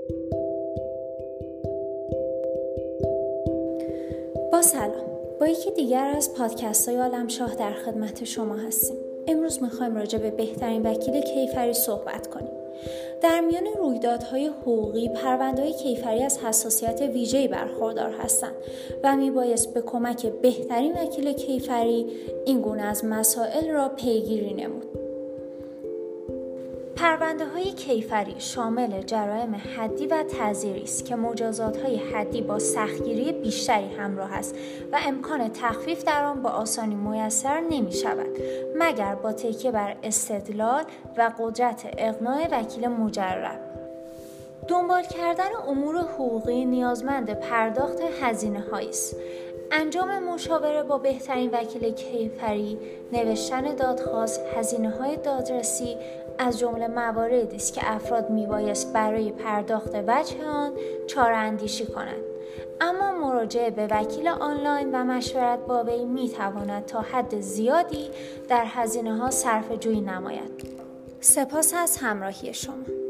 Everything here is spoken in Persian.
با سلام، با یکی دیگر از پادکست های عالمشاه در خدمت شما هستیم. امروز میخوایم راجع به بهترین وکیل کیفری صحبت کنیم. در میان رویدادهای حقوقی، پرونده‌های کیفری از حساسیت ویژه‌ای برخوردار هستند و میبایست به کمک بهترین وکیل کیفری این گونه از مسائل را پیگیری نمود. پرونده‌های کیفری شامل جرایم حدی و تعزیری است که مجازات‌های حدی با سختگیری بیشتری همراه است و امکان تخفیف در آن با آسانی میسر نمی‌شود مگر با تکیه بر استدلال و قدرت اقناع وکیل مجرب. دنبال کردن امور حقوقی نیازمند پرداخت هزینه‌هایی است. انجام مشاوره با بهترین وکیل کیفری، نوشتن دادخواست، هزینه‌های دادرسی از جمله مواردی است که افراد میبایست برای پرداخت وجه آن چاره‌اندیشی کنند. اما مراجعه به وکیل آنلاین و مشورت با وی میتواند تا حد زیادی در هزینه‌ها صرفه‌جویی نماید. سپاس از همراهی شما.